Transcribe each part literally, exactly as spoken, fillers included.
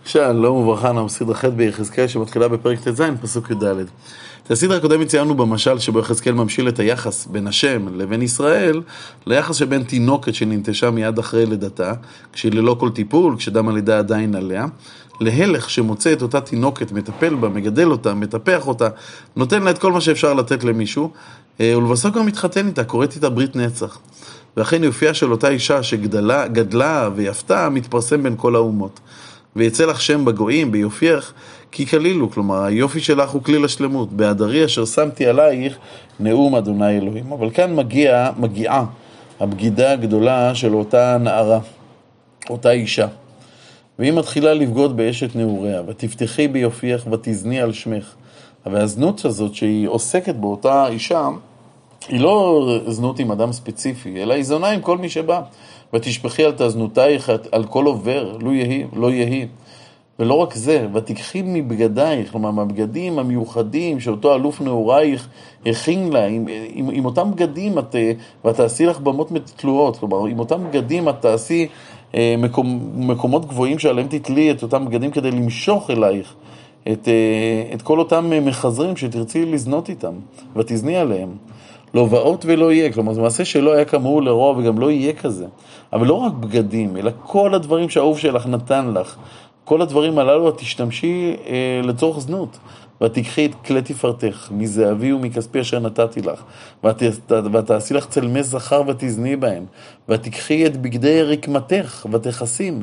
שלום וברכה, אנחנו בסדרה ח' ביחזקאל שמתחילה בפרק ט"ז, פסוק י"ד. את הסדרה הקודמת ציינו במשל שבו יחזקאל ממשיל את היחס בין השם לבין ישראל ליחס שבין תינוקת שננטשה מיד אחרי לידתה, כשהיא ללא כל טיפול, כשדם הלידה עדיין עליה, להלך שמוצא את אותה תינוקת, מטפל בה, מגדל אותה, מטפח אותה, נותן לה את כל מה שאפשר לתת למישהו, ולבסוף גם מתחתן איתה, קוראת איתה ברית נצח. ואכן יופייה של אותה אישה שגדלה גדלה ויפתה מתפרסם בין כל האומות. ויצא לך שם בגויים, ביופייך, כי כלילו, כלומר, היופי שלך הוא כליל השלמות, בהדרי אשר שמתי עלייך נאום אדוני אלוהים. אבל כאן מגיע, מגיעה הבגידה הגדולה של אותה נערה, אותה אישה. והיא מתחילה לבגוד באשת נעוריה, ותפתחי ביופייך ותזני על שמך. והזנות הזאת שהיא עוסקת באותה אישה, היא לא זנות עם אדם ספציפי, אלא היא זונה עם כל מי שבא. ותשפחי על תזנותייך על כל עובר, לא יהי, לא יהי. ולא רק זה, ותקחי מבגדייך, כלומר, מהבגדים המיוחדים שאותו אלוף נעורייך הכין לה, עם, עם, עם אותם בגדים את, ותעשי לך במות תלויות, כלומר, עם אותם בגדים את תעשי אה, מקום, מקומות גבוהים שעליהם תתלי את אותם בגדים כדי למשוך אלייך את, אה, את כל אותם מחזרים שתרצי לזנות איתם, ותזני עליהם. לא באות ולא יהיה, כלומר זה מעשה שלא היה כמוהו לרוע וגם לא יהיה כזה. אבל לא רק בגדים, אלא כל הדברים שהאהוב שלך נתן לך, כל הדברים הללו תשתמשי אה, לצורך זנות. ותקחי את כלי תפארתך, מזהבי ומכספי אשר נתתי לך, ות, ותעשי לך צלמי זכר ותזני בהם, ותקחי את בגדי רקמתך ותכסים,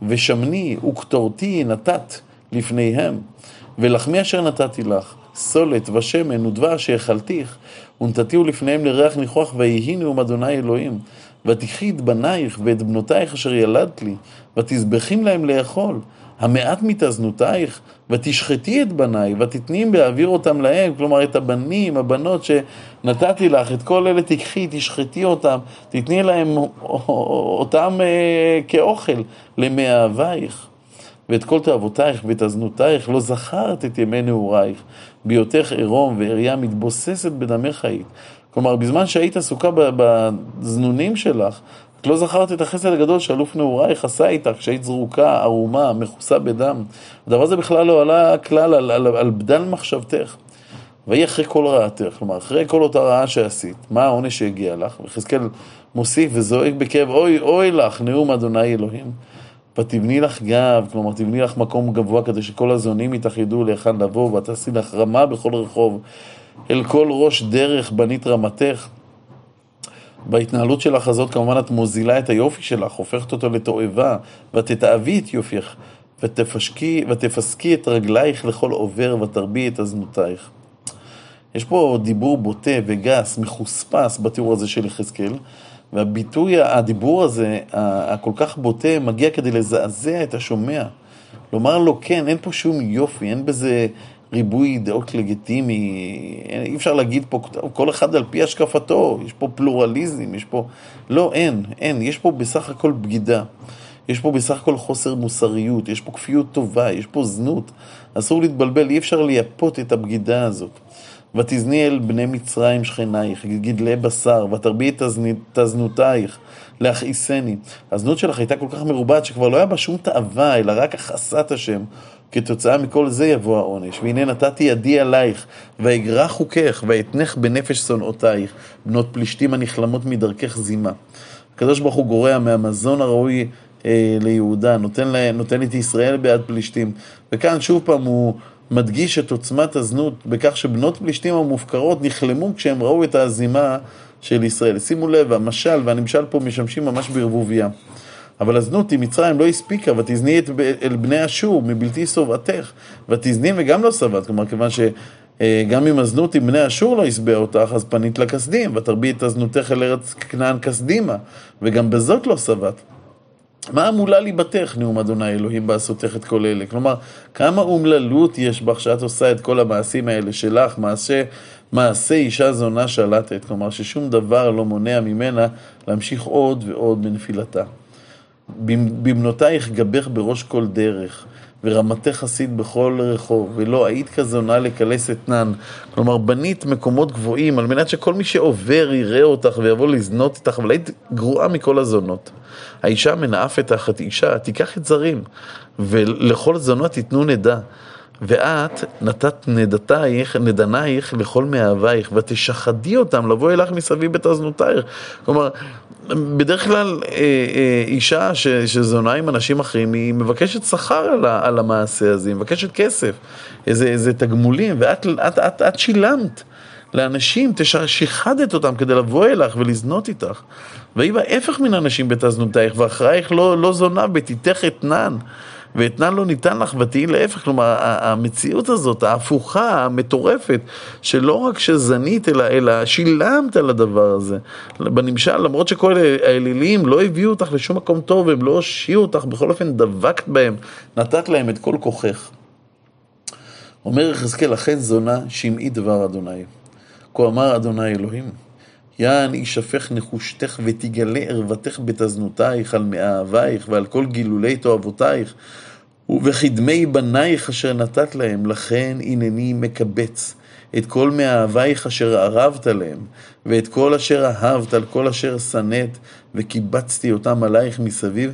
ושמני וקטורתי נתת לפניהם, ולחמי אשר נתתי לך, סולת ושמן ודבש שהאכלתיך, ונתתיהו לפניהם לריח ניחוח, ויהי נאום אדוני אלוהים. ותקחי את בנייך ואת בנותייך אשר ילדת לי, ותזבחים להם לאכול, המעט מתזנותייך, ותשחטי את בניי, ותתנים להעביר אותם להם, כלומר את הבנים, הבנות שנתתי לך, את כל אלה תקחי, תשחטי אותם, תתני להם אותם אה, כאוכל למאהבייך. ואת כל תאוותייך ותזנותייך לא זכרת את ימי נעורייך, ביותך עירום ועריה מתבוססת בדמך היית. כלומר, בזמן שהיית עסוקה בזנונים שלך, את לא זכרת את החסד הגדול שאלוף נעורייך עשה איתך, כשהיית זרוקה, ערומה, מכוסה בדם. הדבר הזה בכלל לא עלה כלל על, על, על בדל מחשבתך. והיא אחרי כל רעתך, כלומר, אחרי כל אותה רעה שעשית, מה העונש שהגיע לך? וחזקאל מוסיף וזועק בכאב, אוי, אוי לך, נאום אדוני אלוהים. ותבני לך גב, כלומר תבני לך מקום גבוה כדי שכל הזונים יתאחדו להיכן לבוא, ותעשי לך רמה בכל רחוב, אל כל ראש דרך בנית רמתך. בהתנהלות שלך הזאת כמובן את מוזילה את היופי שלך, הופכת אותו לתועבה, ותתאהבי את יופייך, ותפשקי, ותפסקי את רגלייך לכל עובר, ותרבי את אזנותייך. יש פה דיבור בוטה וגס, מחוספס בתיאור הזה של יחזקאל, והביטוי, הדיבור הזה, הכל כך בוטה, מגיע כדי לזעזע את השומע. לומר לו, כן, אין פה שום יופי, אין בזה ריבוי דעות לגיטימי, אי אפשר להגיד פה, כל אחד על פי השקפתו, יש פה פלורליזם, יש פה, לא, אין, אין, יש פה בסך הכל בגידה, יש פה בסך הכל חוסר מוסריות, יש פה כפיות טובה, יש פה זנות, אסור להתבלבל, אי אפשר לייפות את הבגידה הזאת. ותזני אל בני מצרים שכנייך, גדלי בשר, ותרבי את תזנותייך, להכעיסני. הזנות שלך הייתה כל כך מרובעת שכבר לא היה בה שום תאווה, אלא רק החסת השם. כתוצאה מכל זה יבוא העונש. והנה נתתי ידי עלייך, ואגרע חוקך, ואתנך בנפש שונאותייך, בנות פלישתים הנכלמות מדרכך זימה. הקדוש ברוך הוא גורע מהמזון הראוי אה, ליהודה, נותן, לה, נותן את ישראל בעד פלישתים. וכאן שוב פעם הוא מדגיש את עוצמת הזנות בכך שבנות פלישתים המופקרות נכלמו כשהם ראו את הזימה של ישראל. שימו לב, המשל והנמשל פה משמשים ממש ברבוביה. אבל הזנות עם מצרים לא הספיקה, ותזני את אל בני אשור מבלתי סובעתך, ותזני וגם לא סבעת, כלומר כיוון שגם אם הזנות עם בני אשור לא הסבע אותך, אז פנית לכסדים, ותרבי את הזנותך אל ארץ כנען כסדימה, וגם בזאת לא סבעת. מה אמולה ליבתך, נאום אדוני אלוהים, בעשותך את כל אלה? כלומר, כמה אומללות יש בך שאת עושה את כל המעשים האלה שלך, מעשה, מעשה אישה זונה שלטת, כלומר ששום דבר לא מונע ממנה להמשיך עוד ועוד בנפילתה. במנותייך גבך בראש כל דרך, ורמתך חסיד בכל רחוב, ולא היית כזונה לקלס אתנן. כלומר, בנית מקומות גבוהים, על מנת שכל מי שעובר יראה אותך ויבוא לזנות איתך, אבל היית גרועה מכל הזונות. האישה מנאפת תחת אישה, תיקח את זרים, ולכל זונות תיתנו נדע. ואת נתת נדתייך, נדנייך לכל מאהבייך, ותשחדי אותם לבוא אלך מסביב בתזנותייך. כלומר, בדרך כלל אישה שזונה עם אנשים אחרים, היא מבקשת שכר על, על המעשה הזה, היא מבקשת כסף, איזה, איזה תגמולים, ואת את, את, את שילמת לאנשים, תשחדת אותם כדי לבוא אלך ולזנות איתך. והיא בהפך מן אנשים בתזנותייך, ואחרייך לא, לא זונה בתיתך אתנן. ואתנן לא ניתן לך ותהי להפך. כלומר, המציאות הזאת, ההפוכה, המטורפת, שלא רק שזנית, אלא, אלא שילמת על הדבר הזה. בנמשל, למרות שכל האלילים לא הביאו אותך לשום מקום טוב, הם לא הושיעו אותך, בכל אופן דבקת בהם, נתת להם את כל כוחך. אומר יחזקאל, לכן זונה שמעי דבר אדוני. כה אמר אדוני אלוהים, יען ישפך נחושתך ותגלה ערוותך בתזנותייך על מאהבייך ועל כל גילולי תועבותייך ובחדמי בנייך אשר נתת להם, לכן הנני מקבץ את כל מאהבייך אשר ערבת להם ואת כל אשר אהבת על כל אשר שנאת, וקיבצתי אותם עלייך מסביב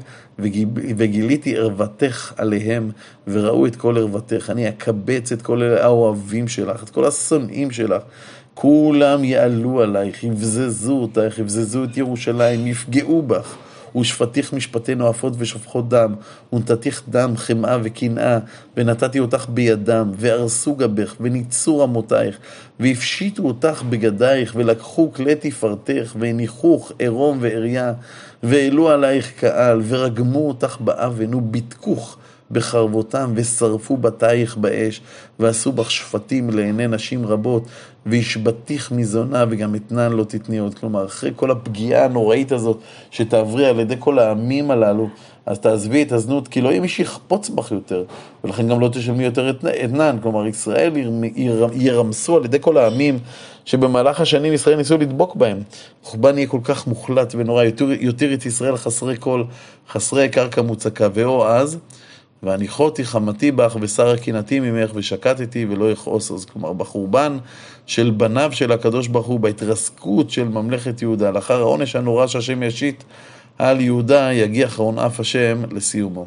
וגיליתי ערוותך עליהם וראו את כל ערוותך. אני אקבץ את כל האוהבים שלך, את כל השונאים שלך, כולם יעלו עלייך, יבזזו אותך, יבזזו את ירושלים, יפגעו בך. ושפתיך משפטנו עפות ושפחות דם, ונתתיך דם חמאה וקנאה, ונתתי אותך בידם, וארסו גבך, וניצו רמותייך, והפשיטו אותך בגדייך, ולקחו כלי תפארתך, והניחוך עירום ועריה, והעלו עלייך קהל, ורגמו אותך באבן, וביתקוך בחרבותם, ושרפו בתייך באש, ועשו בך שפטים לעיני נשים רבות, וישבתיך מזונה, וגם אתנן לא תתני עוד. כלומר, אחרי כל הפגיעה הנוראית הזאת, שתעברי על ידי כל העמים הללו, אז תעזבי את הזנות, כי לא יהיה מי שיחפוץ בך יותר, ולכן גם לא תשלמי יותר אתנן. כלומר, ישראל ירמסו על ידי כל העמים, שבמהלך השנים ישראל ניסו לדבוק בהם. חורבן יהיה כל כך מוחלט ונורא, יותר את ישראל חסרי כל, חסרי קרקע מוצקה, ואו אז, והניחותי חמתי בך ושרה קינתי ממך ושקטתי ולא יכעוס. אז כלומר, בחורבן של בניו של הקדוש ברוך הוא, בהתרסקות של ממלכת יהודה, לאחר העונש הנורא שהשם ישית על יהודה, יגיע אחרון אף השם לסיומו.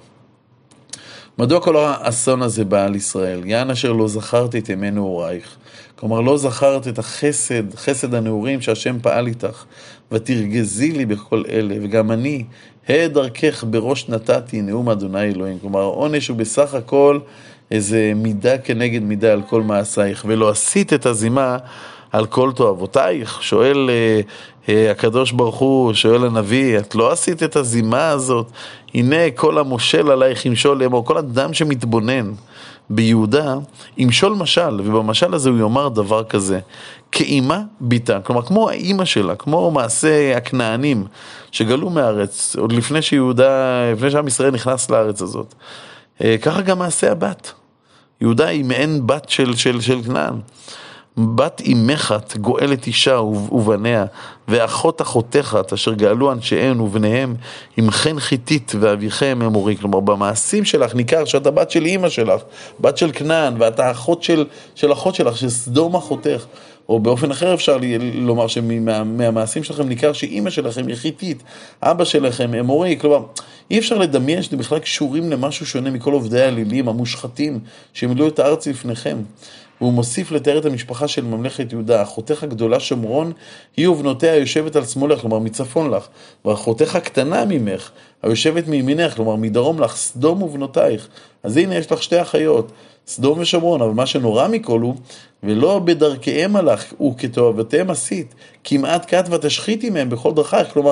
מדוע כל האסון הזה בא על ישראל? יען אשר לא זכרת את ימי נעורייך. כלומר, לא זכרת את החסד, חסד הנעורים שהשם פעל איתך, ותרגזי לי בכל אלה, וגם אני, הא דרכך בראש נתתי נאום אדוני אלוהים. כלומר, העונש הוא בסך הכל איזה מידה כנגד מידה על כל מעשייך, ולא עשית את הזימה על כל תועבותייך. שואל אה, אה, הקדוש ברוך הוא, שואל הנביא, את לא עשית את הזימה הזאת? הנה כל המושל עלייך ימשול לאמור. כל אדם שמתבונן ביהודה ימשול משל, ובמשל הזה הוא יאמר דבר כזה, כאימא ביתה. כלומר, כמו האימא שלה, כמו מעשה הכנענים שגלו מארץ, עוד לפני שיהודה, לפני שעם ישראל נכנס לארץ הזאת. ככה גם מעשה הבת. יהודה היא מעין בת של, של, של כנען. בת אימך גואלת אישה ובניה, ואחות אחותך אשר גאלו אנשיהן ובניהם, עמכן חיתית ואביכם אמורי. כלומר, במעשים שלך ניכר שאת הבת של אימא שלך, בת של כנען, ואת האחות של, של אחות שלך, של סדום אחותך. או באופן אחר אפשר לומר שמהמעשים שלכם ניכר שאימא שלכם היא חיתית, אבא שלכם אמורי. כלומר, אי אפשר לדמיין שאתם בכלל קשורים למשהו שונה מכל עובדי האלילים המושחתים שמילאו את הארץ לפניכם. והוא מוסיף לתאר את המשפחה של ממלכת יהודה. אחותך הגדולה שומרון היא ובנותיה היושבת על שמאלך, כלומר מצפון לך, ואחותך הקטנה ממך היושבת מימינך, כלומר מדרום לך, סדום ובנותייך. אז הנה יש לך שתי אחיות, סדום ושומרון. אבל מה שנורא מכל הוא, ולא בדרכיהם הלך, וכתועבותיהם עשית, כמעט קט ותשחיתי מהם בכל דרכייך. כלומר,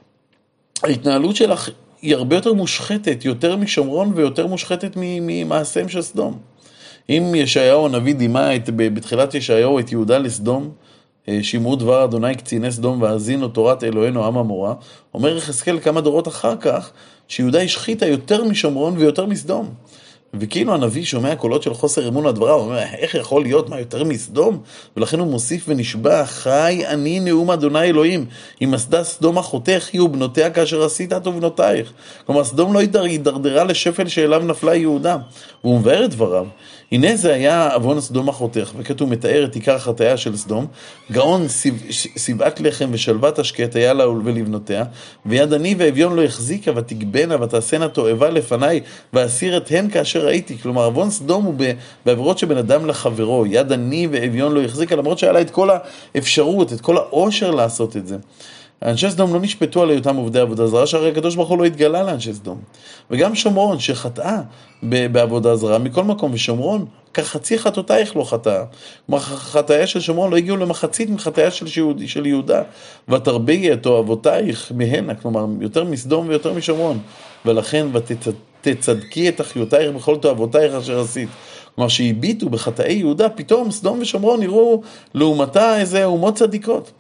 ההתנהלות שלך היא הרבה יותר מושחתת, יותר משומרון ויותר מושחתת ממעשיהם של סדום. אם ישעיהו הנביא דימה את, בתחילת ישעיהו את יהודה לסדום, שמעו דבר אדוני קציני סדום והאזינו תורת אלוהינו עם עמורה, אומר יחזקאל כמה דורות אחר כך שיהודה השחיתה יותר משומרון ויותר מסדום. וכאילו הנביא שומע קולות של חוסר אמון לדבריו, הוא אומר, איך יכול להיות, מה יותר מסדום? ולכן הוא מוסיף ונשבע, חי אני נאום אדוני אלוהים, אם אסדה סדום אחותך היא ובנותיה כאשר עשית את ובנותייך. כלומר, סדום לא הידרדרה לשפל שאליו נפלה יהודה. והוא מבאר את דבריו, הנה זה היה אבון סדום אחותך, וכתוב מתאר את עיקר החטאיה של סדום, גאון סיבת לחם ושלוות השקט היה לה ולבנותיה, ויד עני ואביון לא החזיקה ותגבנה ותעשנה תועבה לפניי, ואסיר את הן כאשר ראיתי. כלומר, אבון סדום הוא בעבירות שבין אדם לחברו, יד עני ואביון לא החזיקה, למרות שהיה לה את כל האפשרות, את כל העושר לעשות את זה. אנשי סדום לא נשפטו על היותם עובדי עבודה זרה, שהרי הקדוש ברוך הוא לא התגלה לאנשי סדום. וגם שומרון שחטאה בעבודה זרה, מכל מקום, ושומרון, כחצי חטאותייך לא חטאה. כלומר, חטאיה של שומרון לא הגיעו למחצית מחטאיה של, שיהוד, של יהודה. ותרביעי את אוהבותייך מהנה, כלומר, יותר מסדום ויותר משומרון. ולכן, ותצדקי את אחיותייך בכל תאוותייך אשר עשית. כלומר, שהביטו בחטאי יהודה, פתאום סדום ושומרון נראו לעומתה איזה אומות צדיקות.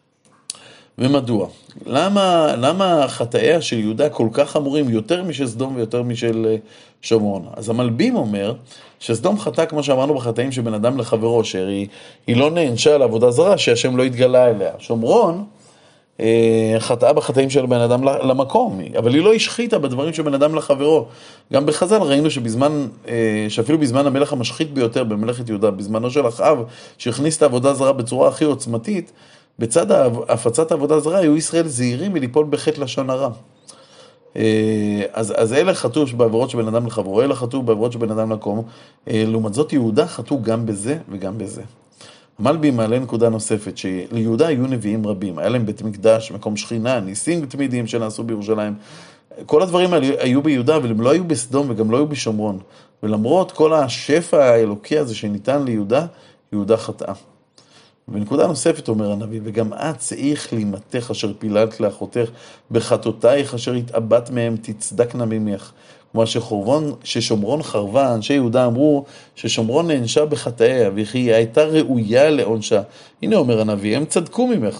ומדוע? למה, למה חטאיה של יהודה כל כך חמורים יותר משל סדום ויותר משל שומרון? אז המלבים אומר שסדום חטא, כמו שאמרנו, בחטאים שבין אדם לחברו, שהיא היא לא נענשה על עבודה זרה, שהשם לא התגלה אליה. שומרון אה, חטאה בחטאים של בן אדם למקום, אבל היא לא השחיתה בדברים שבין אדם לחברו. גם בחז"ל ראינו שבזמן, אה, שאפילו בזמן המלך המשחית ביותר במלכת יהודה, בזמנו של אחאב, שהכניס את העבודה זרה בצורה הכי עוצמתית, בצד הפצת העבודה זרה, היו ישראל זהירים מליפול בחטא לשון הרע. אז, אז אלה חטאו בעבירות שבין אדם לחברו, אלה חטאו בעבירות שבין אדם לקום. לעומת זאת, יהודה חטאו גם בזה וגם בזה. המלבי מעלה נקודה נוספת, שליהודה היו נביאים רבים, היה להם בית מקדש, מקום שכינה, ניסים תמידיים שנעשו בירושלים. כל הדברים האלה היו ביהודה, אבל הם לא היו בסדום וגם לא היו בשומרון. ולמרות כל השפע האלוקי הזה שניתן ליהודה, יהודה חטאה. ונקודה נוספת אומר הנביא, וגם את שאי כלימתך אשר פיללת לאחותך, בחטאותייך אשר התאבט מהם תצדקנה ממך. כלומר שחורבון, ששומרון חרבה, אנשי יהודה אמרו ששומרון נענשה בחטאיה, וכי היא הייתה ראויה לעונשה. הנה אומר הנביא, הם צדקו ממך.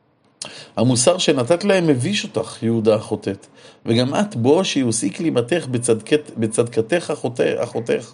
המוסר שנתת להם מביש אותך, יהודה אחותת. וגם את בו שיוסי כלימתך בצדקת, בצדקתך אחותך, אחותך.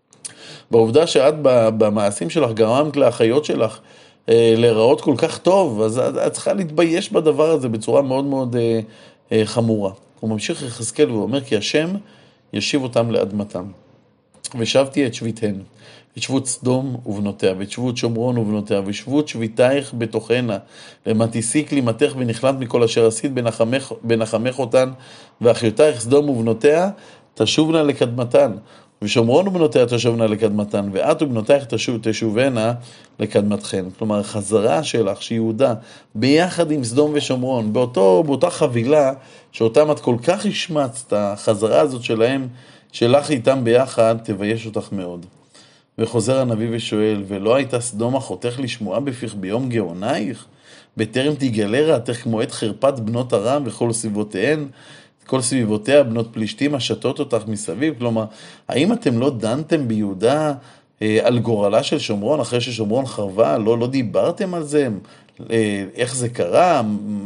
בעובדה שאת במעשים שלך גרמת לאחיות שלך להיראות כל כך טוב, אז את צריכה להתבייש בדבר הזה בצורה מאוד מאוד חמורה. הוא ממשיך יחזקאל ואומר, כי השם ישיב אותם לאדמתם. ושבתי את שביתהן, את שבות סדום ובנותיה, ואת שבות שומרון ובנותיה, ושבות שביתייך בתוכנה, למתיסי כלימתך ונחלמת מכל אשר עשית, בנחמך, בנחמך אותן, ואחיותייך סדום ובנותיה, תשובנה לקדמתן. ושומרון ובנותיה תשובנה לקדמתן, ואת ובנותייך תשובנה לקדמתכן. כלומר, חזרה שלך, שיהודה, ביחד עם סדום ושומרון, באותו, באותה חבילה, שאותם את כל כך השמצת, החזרה הזאת שלהם, שלך איתם ביחד, תבייש אותך מאוד. וחוזר הנביא ושואל, ולא הייתה סדום אחותך לשמועה בפיך ביום גאונייך? בטרם תגלה רעתך כמו את חרפת בנות ארם וכל סביבותיהן, כל סביבותיה בנות פלישתים השתות אותך מסביב. כלומר, האם אתם לא דנתם ביהודה אה, על גורלה של שומרון, אחרי ששומרון חרבה? לא, לא דיברתם על זה? אה, איך זה קרה?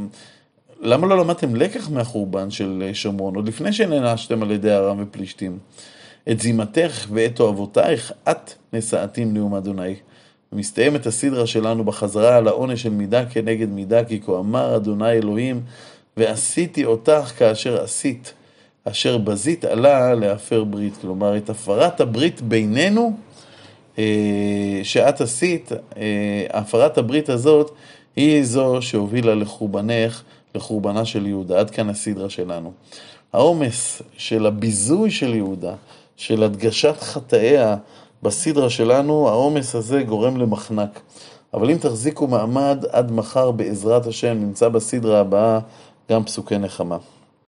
למה לא למדתם לקח מהחורבן של שומרון, עוד לפני שנענשתם על ידי ארם ופלישתים? את זימתך ואת אוהבותייך, את נשאתים נאום אדוני. ומסתיים את הסדרה שלנו בחזרה על העונש של מידה כנגד מידה, כי כה אמר אדוני אלוהים, ועשיתי אותך כאשר עשית, אשר בזית עלה להפר ברית. כלומר, את הפרת הברית בינינו, שאת עשית, הפרת הברית הזאת, היא זו שהובילה לחורבנך, לחורבנה של יהודה. עד כאן הסדרה שלנו. העומס של הביזוי של יהודה, של הדגשת חטאיה בסדרה שלנו, העומס הזה גורם למחנק. אבל אם תחזיקו מעמד עד מחר בעזרת השם, נמצא בסדרה הבאה גם פסוקי נחמה.